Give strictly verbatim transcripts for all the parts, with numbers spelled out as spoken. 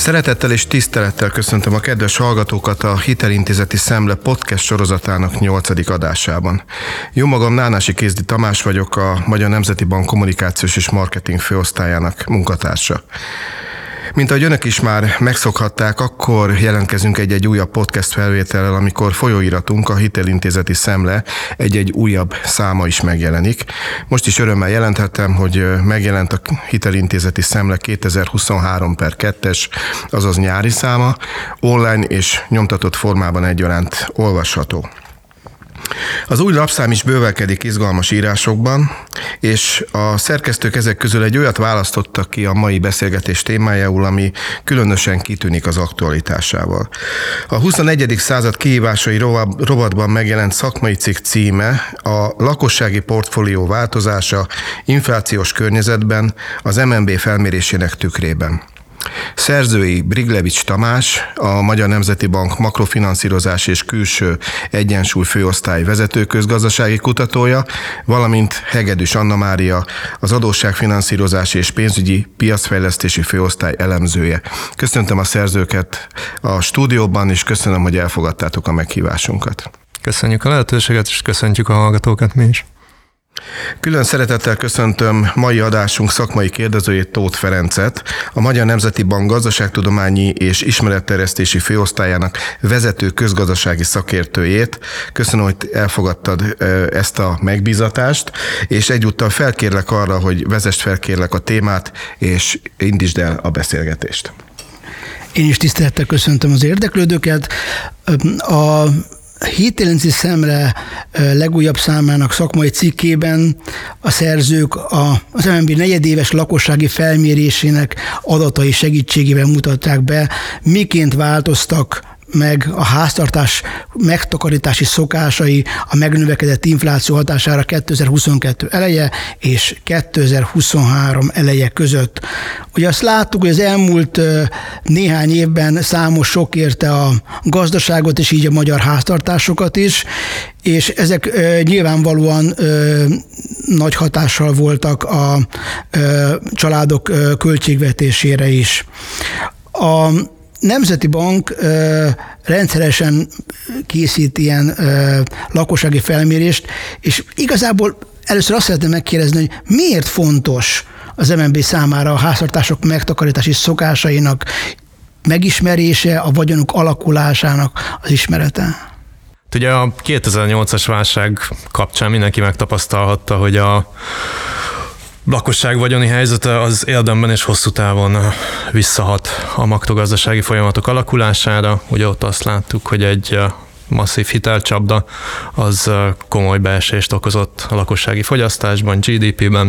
Szeretettel és tisztelettel köszöntöm a kedves hallgatókat a Hitelintézeti Szemle podcast sorozatának nyolcadik adásában. Jó magam, Nánási Kézdi Tamás vagyok, a Magyar Nemzeti Bank kommunikációs és marketing főosztályának munkatársa. Mint ahogy önök is már megszokhatták, akkor jelentkezünk egy-egy újabb podcast felvétellel, amikor folyóiratunk, a Hitelintézeti Szemle egy-egy újabb száma is megjelenik. Most is örömmel jelenthetem, hogy megjelent a Hitelintézeti Szemle kétezer-huszonhárom per kettes, azaz nyári száma, online és nyomtatott formában egyaránt olvasható. Az új lapszám is bővelkedik izgalmas írásokban, és a szerkesztők ezek közül egy olyat választottak ki a mai beszélgetés témájául, ami különösen kitűnik az aktualitásával. A huszonegyedik század kihívásai rovatban megjelent szakmai cikk címe a lakossági portfólió változása inflációs környezetben az em en bé felmérésének tükrében. Szerzői Briglevics Tamás, a Magyar Nemzeti Bank makrofinanszírozás és külső egyensúly főosztály vezető közgazdasági kutatója, valamint Hegedűs Anna Mária, az adósságfinanszírozás és pénzügyi piacfejlesztési főosztály elemzője. Köszöntöm a szerzőket a stúdióban, és köszönöm, hogy elfogadtátok a meghívásunkat. Köszönjük a lehetőséget, és köszöntjük a hallgatókat mi is. Külön szeretettel köszöntöm mai adásunk szakmai kérdezőjét, Tóth Ferencet, a Magyar Nemzeti Bank gazdaságtudományi és ismeretterjesztési főosztályának vezető közgazdasági szakértőjét. Köszönöm, hogy elfogadtad ezt a megbízatást, és egyúttal felkérlek arra, hogy vezess fel kérlek a témát, és indítsd el a beszélgetést. Én is tisztelettel köszöntöm az érdeklődőket. A Hitelintézeti Szemle legújabb számának szakmai cikkében a szerzők az em en bé negyedéves lakossági felmérésének adatai segítségével mutatják be, miként változtak meg a háztartás megtakarítási szokásai a megnövekedett infláció hatására kétezer-huszonkettő eleje és kétezer-huszonhárom eleje között. Ugye azt láttuk, hogy az elmúlt néhány évben számos sok érte a gazdaságot, és így a magyar háztartásokat is, és ezek nyilvánvalóan nagy hatással voltak a családok költségvetésére is. A Nemzeti Bank ö, rendszeresen készít ilyen ö, lakossági felmérést, és igazából először azt szeretném megkérdezni, hogy miért fontos az em en bé számára a háztartások megtakarítási szokásainak megismerése, a vagyonuk alakulásának az ismerete? Ugye a kétezer-nyolcas válság kapcsán mindenki megtapasztalhatta, hogy a lakosság vagyoni helyzete az érdemben és hosszú távon visszahat a makrogazdasági folyamatok alakulására. Ugye ott azt láttuk, hogy egy masszív hitelcsapda az komoly beesést okozott a lakossági fogyasztásban, gé dé pében,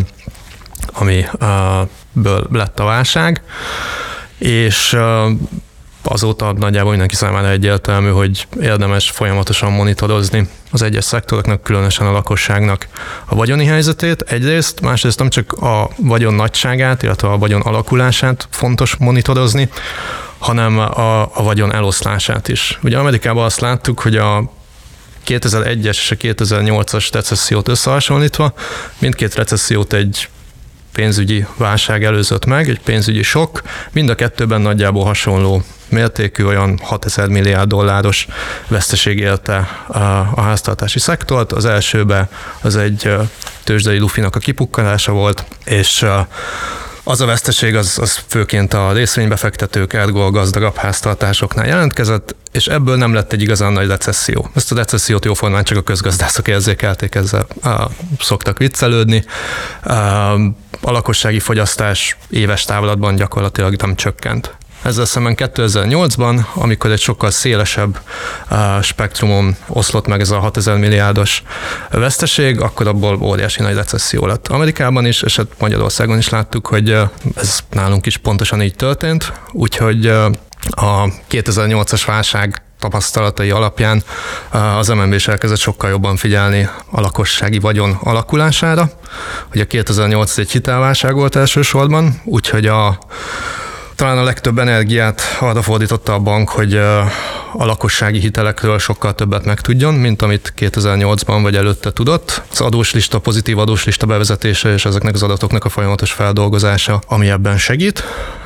amiből lett a válság, és azóta nagyjából mindenki számára egyértelmű, hogy érdemes folyamatosan monitorozni az egyes szektoroknak, különösen a lakosságnak a vagyoni helyzetét. Egyrészt, másrészt nem csak a vagyon nagyságát, illetve a vagyon alakulását fontos monitorozni, hanem a, a vagyon eloszlását is. Ugye Amerikában azt láttuk, hogy a kétezer-egyes és a kétezer-nyolcas recessziót összehasonlítva mindkét recessziót egy pénzügyi válság előzött meg, egy pénzügyi sok, mind a kettőben nagyjából hasonló mértékű, olyan hatezer milliárd dolláros veszteség érte a háztartási szektort. Az elsőben az egy tőzsdei lufinak a kipukkanása volt, és az a veszteség az, az főként a részvénybefektetők, ergo a gazdagabb háztartásoknál jelentkezett, és ebből nem lett egy igazán nagy recesszió. Ezt a recessziót jóformán csak a közgazdászok érzékelték, ezzel á, szoktak viccelődni. Á, a lakossági fogyasztás éves távlatban gyakorlatilag nem csökkent. Ezzel szemben kétezer-nyolcban, amikor egy sokkal szélesebb uh, spektrumon oszlott meg ez a hatezer milliárdos veszteség, akkor abból óriási nagy recesszió lett. Amerikában is, és hát Magyarországon is láttuk, hogy uh, ez nálunk is pontosan így történt, úgyhogy uh, a kétezer-nyolcas válság tapasztalatai alapján uh, az em en bé is elkezdett sokkal jobban figyelni a lakossági vagyon alakulására. Ugye kétezer-nyolc egy hitelválság volt elsősorban, úgyhogy a talán a legtöbb energiát arra fordította a bank, hogy a lakossági hitelekről sokkal többet megtudjon, mint amit kétezer-nyolcban vagy előtte tudott. Az adóslista, pozitív adóslista bevezetése és ezeknek az adatoknak a folyamatos feldolgozása, ami ebben segít.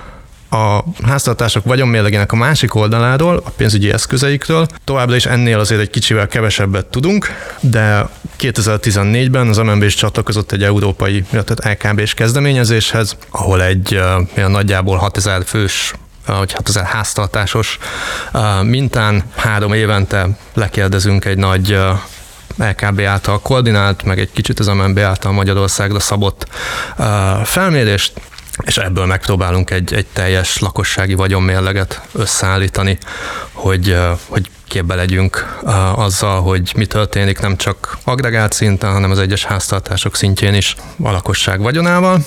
a háztartások vagyonmérlegének a másik oldaláról, a pénzügyi eszközeikről továbbra is ennél azért egy kicsivel kevesebbet tudunk, de kétezer-tizennégyben az em en bé is csatlakozott egy európai, tehát é ká bé-s kezdeményezéshez, ahol egy uh, nagyjából hatezer fős vagy hatezer háztartásos uh, mintán három évente lekérdezünk egy nagy uh, é ká bé által koordinált, meg egy kicsit az em en bé által Magyarországra szabott uh, felmérést, és ebből megpróbálunk egy, egy teljes lakossági vagyonmérleget összeállítani, hogy, hogy képbe legyünk azzal, hogy mi történik nem csak agregált szinten, hanem az egyes háztartások szintjén is a lakosság vagyonával.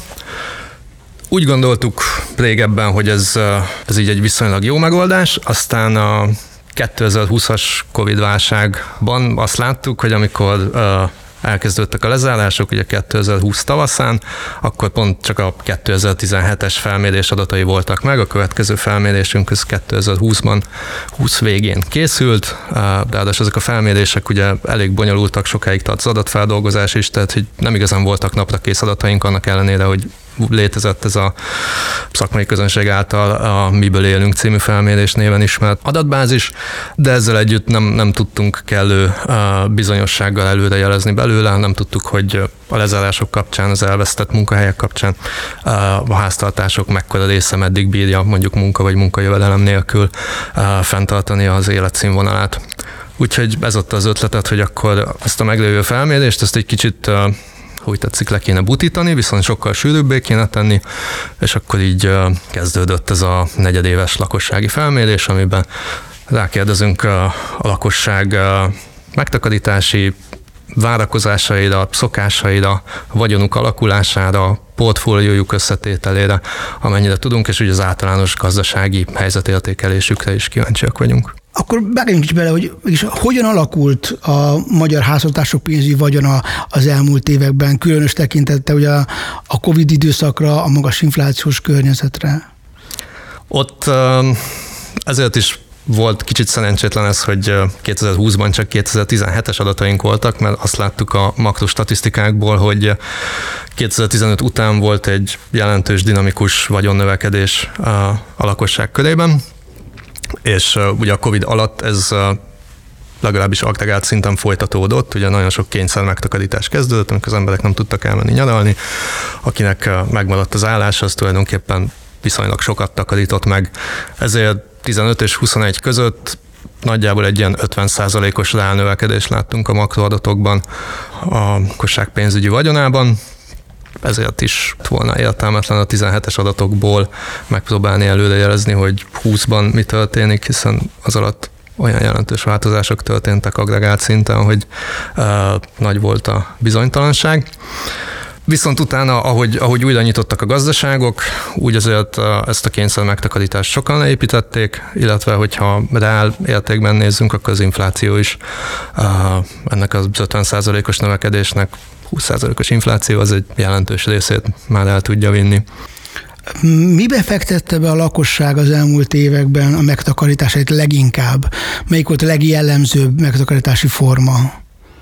Úgy gondoltuk régebben, hogy ez, ez így egy viszonylag jó megoldás, aztán a kétezer-húszas Covid-válságban azt láttuk, hogy amikor elkezdődtek a lezárások, ugye kétezer-húsz tavaszán, akkor pont csak a kétezer-tizenhetes felmérés adatai voltak meg, a következő felmérésünk az kétezer-húszban, húsz végén készült, de ezek a felmérések ugye elég bonyolultak, sokáig tart az adatfeldolgozás is, tehát hogy nem igazán voltak napra kész adataink, annak ellenére, hogy létezett ez a szakmai közönség által a Miből élünk című felmérés néven ismert adatbázis, de ezzel együtt nem, nem tudtunk kellő bizonyossággal előrejelezni belőle, nem tudtuk, hogy a lezárások kapcsán, az elvesztett munkahelyek kapcsán a háztartások mekkora része meddig bírja mondjuk munka vagy munkajövedelem nélkül fenntartani az életszínvonalát. Úgyhogy ez ott az ötletet, hogy akkor ezt a meglévő felmérést, ezt egy kicsit úgy tetszik, le kéne butítani, viszont sokkal sűrűbbé kéne tenni, és akkor így kezdődött ez a negyedéves lakossági felmérés, amiben rákérdezünk a lakosság megtakarítási várakozásaira, szokásaira, vagyonuk alakulására, portfóliójuk összetételére, amennyire tudunk, és ugye az általános gazdasági helyzetértékelésükre is kíváncsiak vagyunk. Akkor vágjunk is bele, hogy és hogyan alakult a magyar háztartások pénzügyi vagyona az elmúlt években, különös tekintettel ugye a, a Covid időszakra, a magas inflációs környezetre? Ott ezért is volt kicsit szerencsétlen ez, hogy kétezer-húszban csak kétezer-tizenhetes adataink voltak, mert azt láttuk a makrostatisztikákból, hogy kétezer-tizenöt után volt egy jelentős dinamikus vagyonnövekedés a lakosság körében, és ugye a Covid alatt ez legalábbis agregált szinten folytatódott, ugye nagyon sok kényszer megtakarítás kezdődött, amikor az emberek nem tudtak elmenni nyaralni, akinek megmaradt az állás, az tulajdonképpen viszonylag sokat takarított meg. Ezért tizenöt és huszonegy között nagyjából egy ilyen ötven százalékos reálnövekedést láttunk a makroadatokban a lakosság pénzügyi vagyonában. Ezért is volna értelmetlen a tizenhetes adatokból megpróbálni előrejelezni, hogy húszban mi történik, hiszen az alatt olyan jelentős változások történtek agregált szinten, hogy uh, nagy volt a bizonytalanság. Viszont utána, ahogy, ahogy újra nyitottak a gazdaságok, úgy azért ezt a kényszer megtakarítást sokan leépítették, illetve hogyha reál értékben nézzünk, akkor az infláció is ennek az ötven százalékos növekedésnek húsz százalékos infláció az egy jelentős részét már el tudja vinni. Mibe fektette be a lakosság az elmúlt években a megtakarításait leginkább? Melyik volt a legjellemzőbb megtakarítási forma?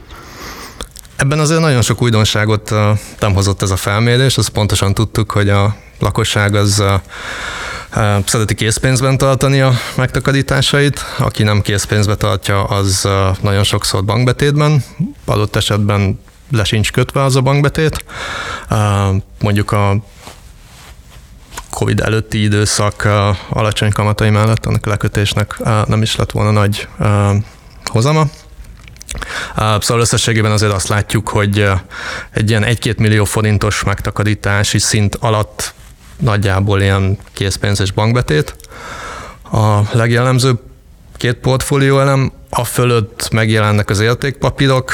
Ebben azért nagyon sok újdonságot nem hozott ez a felmérés, azt pontosan tudtuk, hogy a lakosság az szereti készpénzben tartani a megtakarításait, aki nem készpénzbe tartja, az nagyon sokszor bankbetétben, adott esetben le sincs kötve az a bankbetét. Mondjuk a Covid előtti időszak alacsony kamatai mellett annak a lekötésnek nem is lett volna nagy hozama. Szóval összességében azért azt látjuk, hogy egy ilyen egy-két millió forintos megtakarítási szint alatt nagyjából ilyen készpénz és bankbetét. A legjellemzőbb két portfólióelem, a fölött megjelennek az értékpapírok,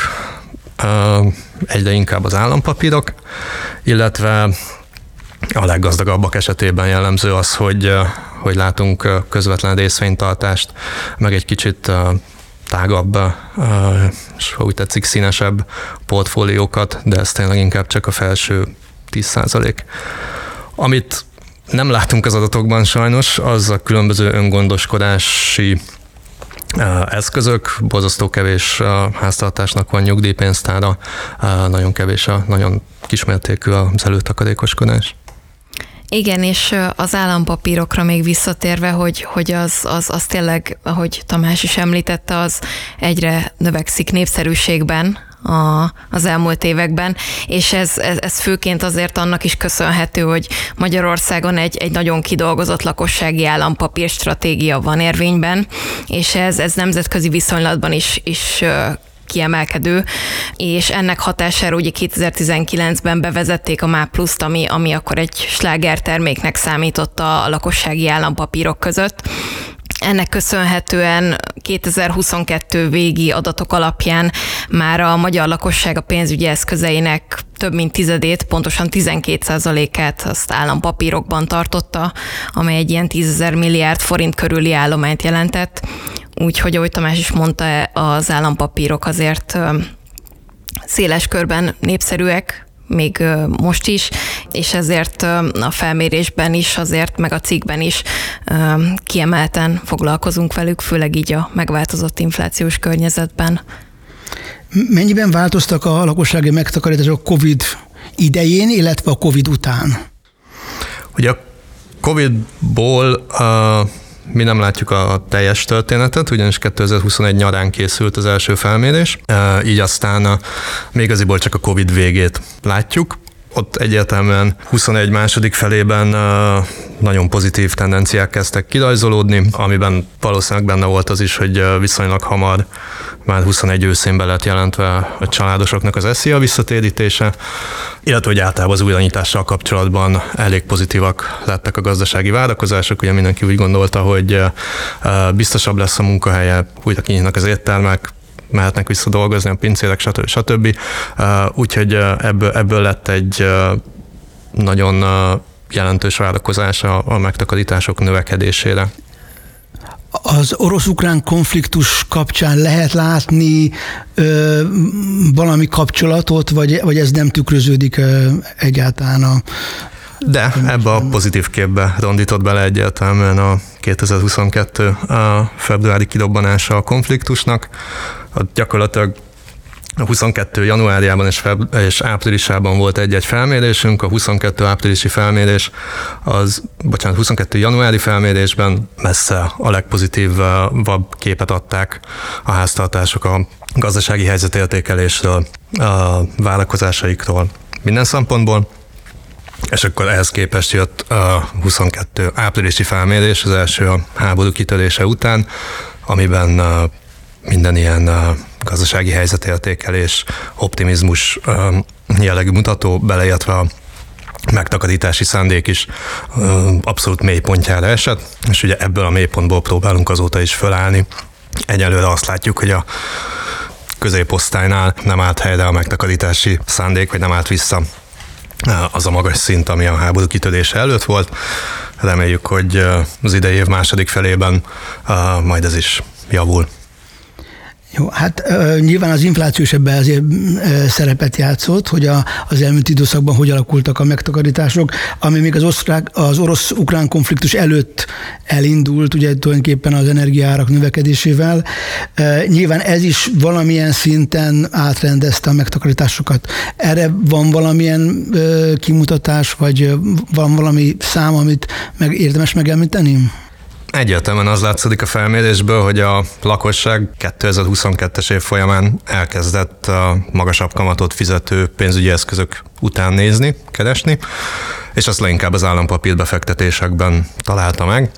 egyre inkább az állampapírok, illetve a leggazdagabbak esetében jellemző az, hogy, hogy látunk közvetlen részvénytartást, meg egy kicsit tágabb, és ha úgy tetszik, színesebb portfóliókat, de ez tényleg inkább csak a felső tíz százalék. Amit nem látunk az adatokban sajnos, az a különböző öngondoskodási eszközök, borzasztó kevés háztartásnak van nyugdíjpénztára, nagyon kevés a, nagyon kismértékű az előtakarékoskodás. Igen, és az állampapírokra még visszatérve, hogy, hogy az, az, az tényleg, ahogy Tamás is említette, az egyre növekszik népszerűségben a, az elmúlt években, és ez, ez, ez főként azért annak is köszönhető, hogy Magyarországon egy, egy nagyon kidolgozott lakossági állampapír stratégia van érvényben, és ez, ez nemzetközi viszonylatban is, is kiemelkedő, és ennek hatására ugye kétezer-tizenkilencben bevezették a MÁ pluszt, ami, ami akkor egy sláger terméknek számított a lakossági állampapírok között. Ennek köszönhetően kétezer-huszonkettő végi adatok alapján már a magyar lakosság a pénzügyi eszközeinek több mint tizedét, pontosan tizenkét százalékát azt állampapírokban tartotta, amely egy ilyen tízezer milliárd forint körüli állományt jelentett. Úgyhogy, ahogy Tamás is mondta, az állampapírok azért széles körben népszerűek, még most is, és ezért a felmérésben is, azért meg a cikkben is kiemelten foglalkozunk velük, főleg így a megváltozott inflációs környezetben. Mennyiben változtak a lakossági megtakarítások Covid idején, illetve a Covid után? Ugye a Covidból uh, mi nem látjuk a teljes történetet, ugyanis kétezer-huszonegy nyarán készült az első felmérés, uh, így aztán uh, még igaziból csak a Covid végét látjuk. Ott egyértelműen huszonegy második felében uh, nagyon pozitív tendenciák kezdtek kirajzolódni, amiben valószínűleg benne volt az is, hogy uh, viszonylag hamar, már huszonegy őszén be lett jelentve a családosoknak az eszia visszatérítése, illetve hogy általában az újranyitással kapcsolatban elég pozitívak lettek a gazdasági várakozások. Ugye mindenki úgy gondolta, hogy uh, biztosabb lesz a munkahelye, újra kinyitnak az éttermek, mehetnek vissza dolgozni a pincérek, stb. stb. Úgyhogy ebből, ebből lett egy nagyon jelentős várakozás a, a megtakarítások növekedésére. Az orosz-ukrán konfliktus kapcsán lehet látni ö, valami kapcsolatot, vagy, vagy ez nem tükröződik ö, egyáltalán a... De ebbe a pozitív képbe rondított bele egyértelműen a kétezer-huszonkettő a februári kirobbanása a konfliktusnak. A gyakorlatilag a huszonkettő januárjában és, feb- és áprilisában volt egy-egy felmérésünk, a huszonkettő áprilisi felmérés, az, bocsánat, huszonkettő januári felmérésben messze a legpozitívabb képet adták a háztartások a gazdasági helyzetértékelésről, a várakozásaikról, minden szempontból. És akkor ehhez képest jött a huszonkettő áprilisi felmérés, az első a háború kitörése után, amiben minden ilyen gazdasági helyzetértékelés, optimizmus jellegű mutató, beleértve a megtakarítási szándék is abszolút mélypontjára esett, és ugye ebből a mélypontból próbálunk azóta is fölállni. Egyelőre azt látjuk, hogy a középosztálynál nem állt helyre a megtakarítási szándék, vagy nem állt vissza az a magas szint, ami a háború kitörése előtt volt. Reméljük, hogy az idei év második felében majd ez is javul. Jó, hát uh, nyilván az infláció is ebben azért uh, szerepet játszott, hogy a, az elmúlt időszakban hogy alakultak a megtakarítások, ami még az, osztrák, az orosz-ukrán konfliktus előtt elindult, ugye tulajdonképpen az energiaárak növekedésével. Uh, nyilván ez is valamilyen szinten átrendezte a megtakarításokat. Erre van valamilyen uh, kimutatás, vagy van valami szám, amit meg érdemes megemlíteni? Egyértelműen az látszik a felmérésből, hogy a lakosság kétezer-huszonkettes év folyamán elkezdett a magasabb kamatot fizető pénzügyi eszközök után nézni, keresni, és azt leginkább az állampapír befektetésekben találta meg.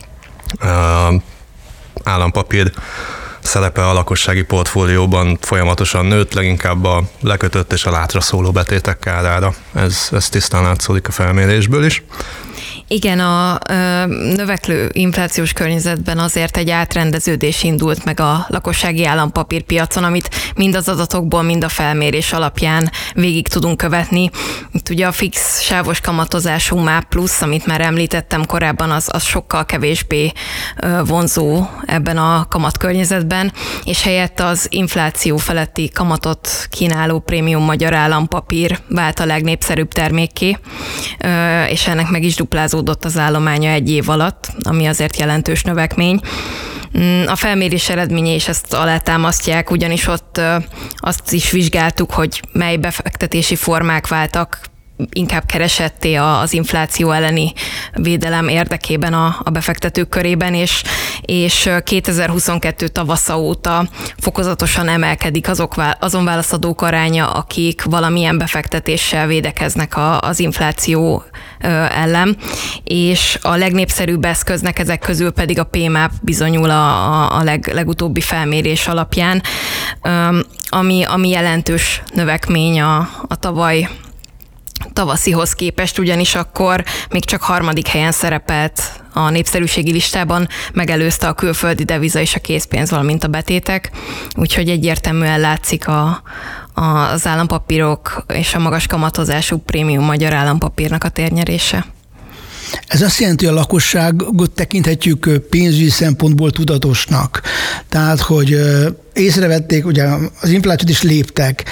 Állampapír szerepe a lakossági portfólióban folyamatosan nőtt, leginkább a lekötött és a látra szóló betétek kárára. Ez, ez tisztán látszik a felmérésből is. Igen, a ö, növekvő inflációs környezetben azért egy átrendeződés indult meg a lakossági állampapírpiacon, amit mind az adatokból, mind a felmérés alapján végig tudunk követni. Itt ugye a fix sávos kamatozású MÁ plusz, amit már említettem korábban, az, az sokkal kevésbé ö, vonzó ebben a kamatkörnyezetben, és helyett az infláció feletti kamatot kínáló prémium magyar állampapír vált a legnépszerűbb termékké, ö, és ennek meg is duplázódott az állománya egy év alatt, ami azért jelentős növekmény. A felmérés eredményei is ezt alátámasztják, ugyanis ott azt is vizsgáltuk, hogy mely befektetési formák váltak inkább keresetté az infláció elleni védelem érdekében a, a befektetők körében, és, és kétezer-huszonkettő tavasza óta fokozatosan emelkedik azok, azon válaszadók aránya, akik valamilyen befektetéssel védekeznek a, az infláció ellen, és a legnépszerűbb eszköznek ezek közül pedig a pé máp bizonyul a, a leg, legutóbbi felmérés alapján, ami, ami jelentős növekmény a, a tavaly tavaszihoz képest, ugyanis akkor még csak harmadik helyen szerepelt a népszerűségi listában, megelőzte a külföldi deviza és a készpénz, valamint a betétek, úgyhogy egyértelműen látszik a, a, az állampapírok és a magas kamatozású prémium magyar állampapírnak a térnyerése. Ez azt jelenti, hogy a lakosságot tekinthetjük pénzügyi szempontból tudatosnak. Tehát, hogy észrevették, ugye az inflációt is léptek.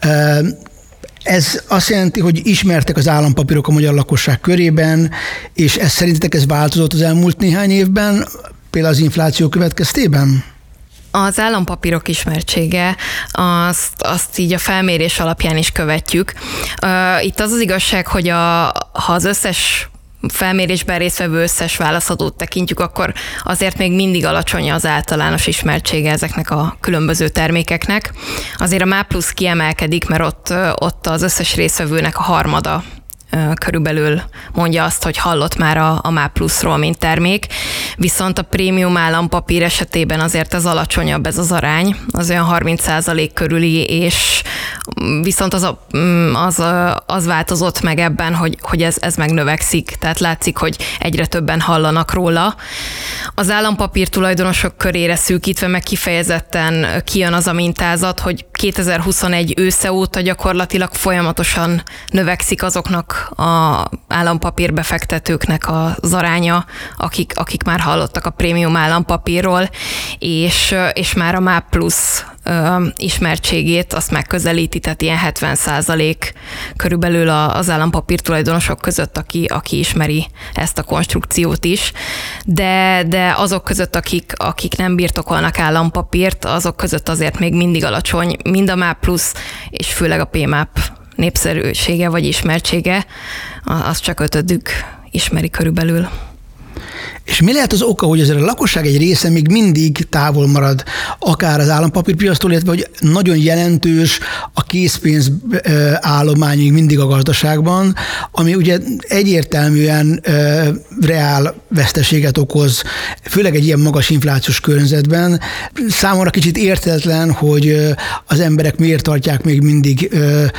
Ez azt jelenti, hogy ismertek az állampapírok a magyar lakosság körében, és ez szerintetek ez változott az elmúlt néhány évben, például az infláció következtében? Az állampapírok ismertsége, azt, azt így a felmérés alapján is követjük. Itt az az igazság, hogy a, ha az összes felmérésben résztvevő összes válaszadót tekintjük, akkor azért még mindig alacsony az általános ismertsége ezeknek a különböző termékeknek. Azért a MÁ plusz kiemelkedik, mert ott, ott az összes résztvevőnek a harmada körülbelül mondja azt, hogy hallott már a, a MÁ pluszról, mint termék, viszont a prémium állampapír esetében azért ez alacsonyabb ez az arány, az olyan harminc százalék körüli, és viszont az, a, az, az változott meg ebben, hogy, hogy ez, ez megnövekszik, tehát látszik, hogy egyre többen hallanak róla. Az állampapír tulajdonosok körére szűkítve meg kifejezetten kijön az a mintázat, hogy kétezer-huszonegy ősze óta gyakorlatilag folyamatosan növekszik azoknak a állampapír befektetőknek az aránya, akik, akik már hallottak a prémium állampapírról, és, és már a MÁ plusz ismertségét azt megközelíti, tehát ilyen hetven százalék körülbelül az állampapír tulajdonosok között, aki, aki ismeri ezt a konstrukciót is, de, de azok között, akik, akik nem birtokolnak állampapírt, azok között azért még mindig alacsony, mind a MÁ plusz, és főleg a pé máp népszerűsége vagy ismertsége, az csak ötödük ismeri körülbelül. És mi lehet az oka, hogy azért a lakosság egy része még mindig távol marad akár az állampapírpiactól, illetve hogy nagyon jelentős a készpénz állomány még mindig a gazdaságban, ami ugye egyértelműen reál veszteséget okoz, főleg egy ilyen magas inflációs környezetben. Számomra kicsit értetlen, hogy az emberek miért tartják még mindig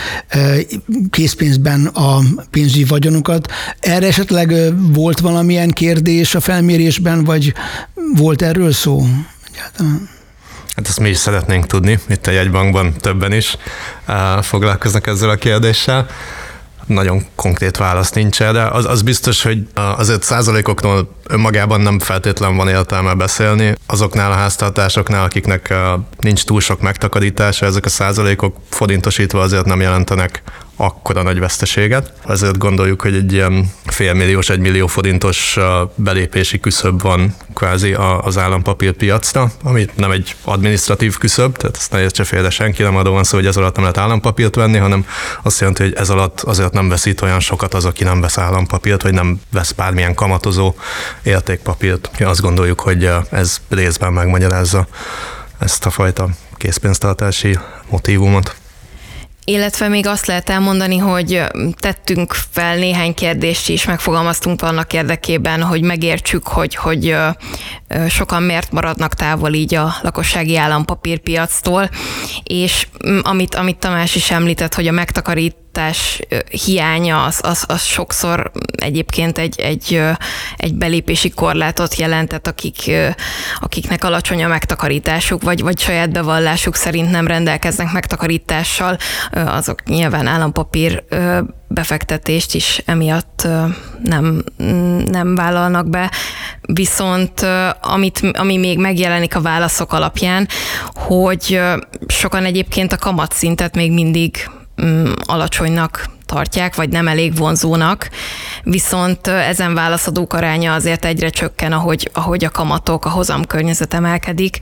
készpénzben a pénzügyi vagyonukat. Erre esetleg volt valamilyen kérdés a felmérésben, vagy volt erről szó? Egyáltalán. Hát ezt mi is szeretnénk tudni, itt a jegybankban többen is uh, foglalkoznak ezzel a kérdéssel. Nagyon konkrét válasz nincs el, de az, az biztos, hogy azért százalékokról önmagában nem feltétlen van értelme beszélni. Azoknál a háztartásoknál, akiknek nincs túl sok megtakarítása, ezek a százalékok forintosítva azért nem jelentenek akkora nagy veszteséget. Ezért gondoljuk, hogy egy ilyen félmilliós, egymillió forintos belépési küszöb van kvázi az állampapírpiacra, ami nem egy adminisztratív küszöb, tehát ezt ne értse félre senki, nem arról van szó, hogy ez alatt nem lehet állampapírt venni, hanem azt jelenti, hogy ez alatt azért nem veszít olyan sokat az, aki nem vesz állampapírt, vagy nem vesz bármilyen kamatozó értékpapírt. Mi azt gondoljuk, hogy ez részben megmagyarázza ezt a fajta készpénztartási motívumot. Illetve még azt lehet elmondani, hogy tettünk fel néhány kérdést is, megfogalmaztunk annak érdekében, hogy megértsük, hogy, hogy sokan miért maradnak távol így a lakossági állampapírpiactól, és amit, amit Tamás is említett, hogy a megtakarítás hiánya az, az, az sokszor egyébként egy, egy, egy belépési korlátot jelentett, akik, akiknek alacsony a megtakarításuk, vagy, vagy saját bevallásuk szerint nem rendelkeznek megtakarítással, azok nyilván állampapír befektetést is emiatt nem, nem vállalnak be. Viszont amit, ami még megjelenik a válaszok alapján, hogy sokan egyébként a kamatszintet még mindig alacsonynak tartják, vagy nem elég vonzónak, viszont ezen válaszadók aránya azért egyre csökken, ahogy, ahogy a kamatok, a hozamkörnyezet emelkedik,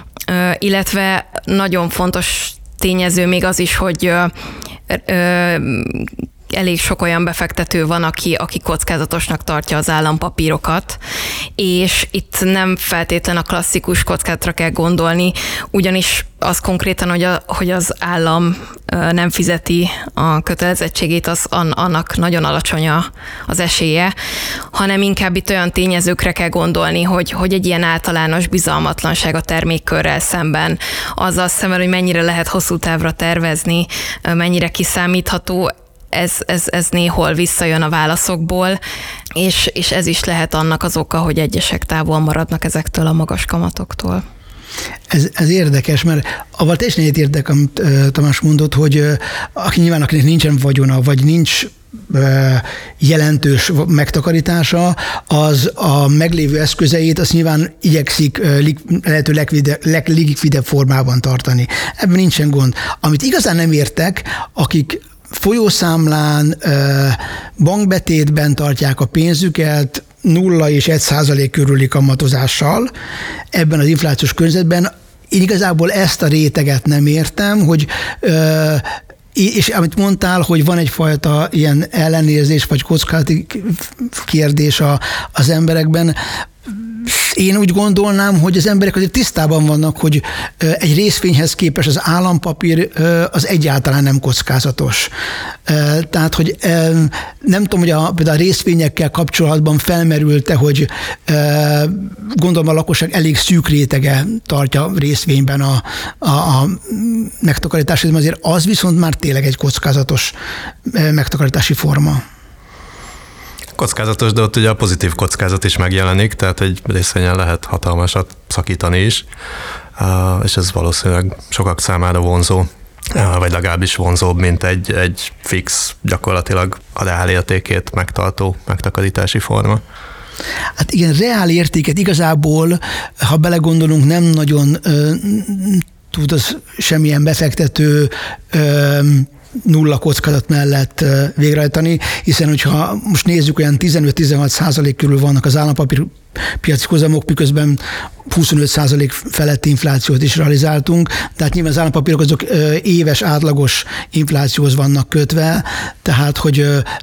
illetve nagyon fontos tényező még az is, hogy elég sok olyan befektető van, aki, aki kockázatosnak tartja az állampapírokat, és itt nem feltétlen a klasszikus kockázatra kell gondolni, ugyanis az konkrétan, hogy, a, hogy az állam nem fizeti a kötelezettségét, az annak nagyon alacsony az esélye, hanem inkább itt olyan tényezőkre kell gondolni, hogy, hogy egy ilyen általános bizalmatlanság a termékkörrel szemben, azzal szemben, hogy mennyire lehet hosszú távra tervezni, mennyire kiszámítható, Ez, ez, ez néhol visszajön a válaszokból, és, és ez is lehet annak az oka, hogy egyesek távol maradnak ezektől a magas kamatoktól. Ez, ez érdekes, mert avval teljesen egyetértek, amit uh, Tamás mondott, hogy uh, aki nyilván akinek nincsen vagyona, vagy nincs uh, jelentős megtakarítása, az a meglévő eszközeit azt nyilván igyekszik uh, lik, lehető leglikvidebb, leglikvidebb formában tartani. Ebben nincsen gond. Amit igazán nem értek, akik folyószámlán, bankbetétben tartják a pénzüket, nulla és egy százalék körüli kamatozással ebben az inflációs környezetben. Én igazából ezt a réteget nem értem, hogy és amit mondtál, hogy van egyfajta ilyen ellenérzés vagy kockázati kérdés az emberekben, én úgy gondolnám, hogy az emberek azért tisztában vannak, hogy egy részvényhez képest az állampapír az egyáltalán nem kockázatos. Tehát, hogy nem tudom, hogy a, például a részvényekkel kapcsolatban felmerült-e, hogy gondolom a lakosság elég szűk rétege tartja részvényben a, a, a megtakarítást, de azért az viszont már tényleg egy kockázatos megtakarítási forma. Kockázatos, de ott ugye a pozitív kockázat is megjelenik, tehát egy részvényen lehet hatalmasat szakítani is, és ez valószínűleg sokak számára vonzó, vagy legalábbis vonzóbb, mint egy, egy fix, gyakorlatilag a reál értékét megtartó megtakarítási forma. Hát igen, reál értéket igazából, ha belegondolunk, nem nagyon ö, tud az semmilyen befektető ö, nulla kockázat mellett végrehajtani, hiszen hogyha most nézzük, olyan tizenöt-tizenhat százalék körül vannak az állampapír piaci hozamok, miközben huszonöt százalék feletti inflációt is realizáltunk, tehát nyilván az állampapírok azok éves átlagos inflációhoz vannak kötve, tehát hogy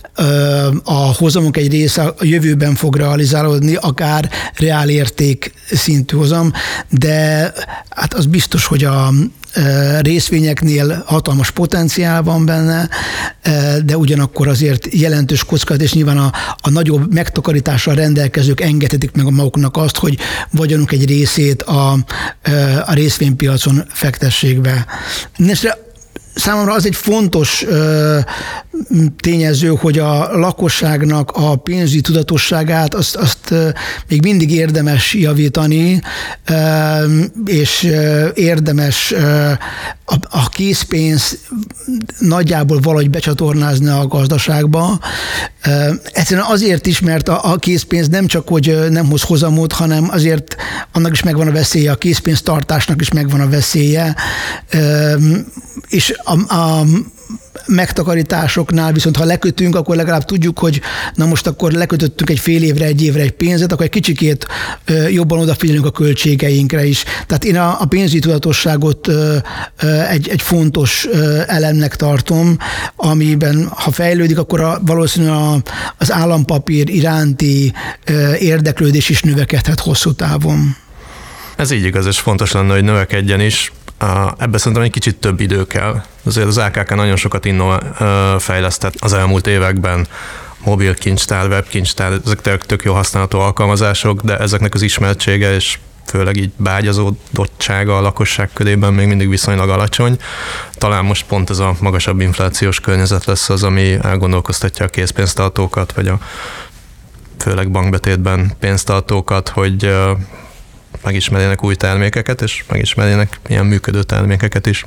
a hozamok egy része a jövőben fog realizálódni, akár reál érték szintű hozam, de hát az biztos, hogy a részvényeknél hatalmas potenciál van benne, de ugyanakkor azért jelentős kockázat, és nyilván a, a nagyobb megtakarítással rendelkezők engedhetik meg a maguknak azt, hogy vagyonuk egy részét a, a részvénypiacon fektessék be. Nestre számomra az egy fontos ö, tényező, hogy a lakosságnak a pénzügyi tudatosságát azt, azt ö, még mindig érdemes javítani, ö, és ö, érdemes ö, a, a készpénz nagyjából valahogy becsatornázni a gazdaságba. Ö, egyszerűen azért is, mert a, a készpénz nem csak, hogy nem hoz hozamot, hanem azért annak is megvan a veszélye, a készpénztartásnak is megvan a veszélye, ö, és a, a megtakarításoknál viszont, ha lekötünk, akkor legalább tudjuk, hogy na most akkor lekötöttünk egy fél évre, egy évre egy pénzet, akkor egy kicsikét jobban odafigyelünk a költségeinkre is. Tehát én a, a pénzügyi tudatosságot egy, egy fontos elemnek tartom, amiben, ha fejlődik, akkor a, valószínűleg a, az állampapír iránti érdeklődés is növekedhet hosszú távon. Ez így igaz, és fontos lenne, hogy növekedjen is. Ebben szerintem egy kicsit több idő kell. Azért az á ká ká nagyon sokat innov, fejlesztett az elmúlt években, mobil kincstár, webkincstár, ezek tök, tök jó használható alkalmazások, de ezeknek az ismertsége és főleg így beágyazódottsága a lakosság körében még mindig viszonylag alacsony. Talán most pont ez a magasabb inflációs környezet lesz az, ami elgondolkoztatja a készpénztartókat, vagy a főleg bankbetétben pénztartókat, hogy megismerjenek új termékeket, és megismerjenek ilyen működő termékeket is.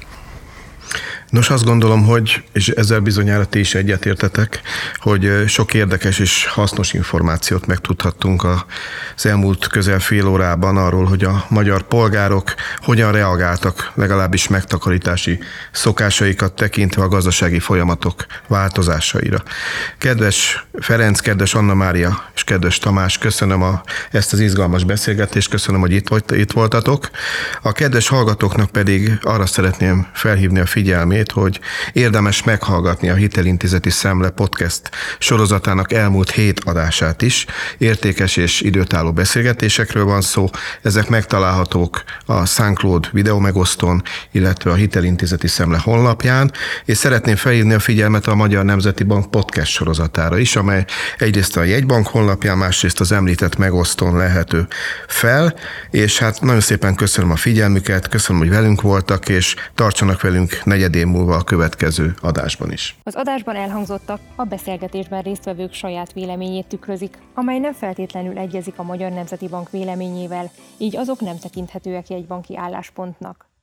Nos, azt gondolom, hogy, és ezzel bizonyára ti is egyetértetek, hogy sok érdekes és hasznos információt megtudhattunk az elmúlt közel fél órában arról, hogy a magyar polgárok hogyan reagáltak legalábbis megtakarítási szokásaikat tekintve a gazdasági folyamatok változásaira. Kedves Ferenc, kedves Anna Mária és kedves Tamás, köszönöm a, ezt az izgalmas beszélgetést, köszönöm, hogy itt, itt voltatok. A kedves hallgatóknak pedig arra szeretném felhívni a figyelmét, figyelmét, hogy érdemes meghallgatni a Hitelintézeti Szemle podcast sorozatának elmúlt hét adását is. Értékes és időtálló beszélgetésekről van szó, ezek megtalálhatók a SoundCloud videómegosztón, illetve a Hitelintézeti Szemle honlapján, és szeretném felhívni a figyelmet a Magyar Nemzeti Bank podcast sorozatára is, amely egyrészt a jegybank honlapján, másrészt az említett megosztón lehető fel, és hát nagyon szépen köszönöm a figyelmüket, köszönöm, hogy velünk voltak, és tartsanak velünk negyed év múlva a következő adásban is. Az adásban elhangzottak a beszélgetésben résztvevők saját véleményét tükrözik, amely nem feltétlenül egyezik a Magyar Nemzeti Bank véleményével, így azok nem tekinthetőek jegybanki álláspontnak.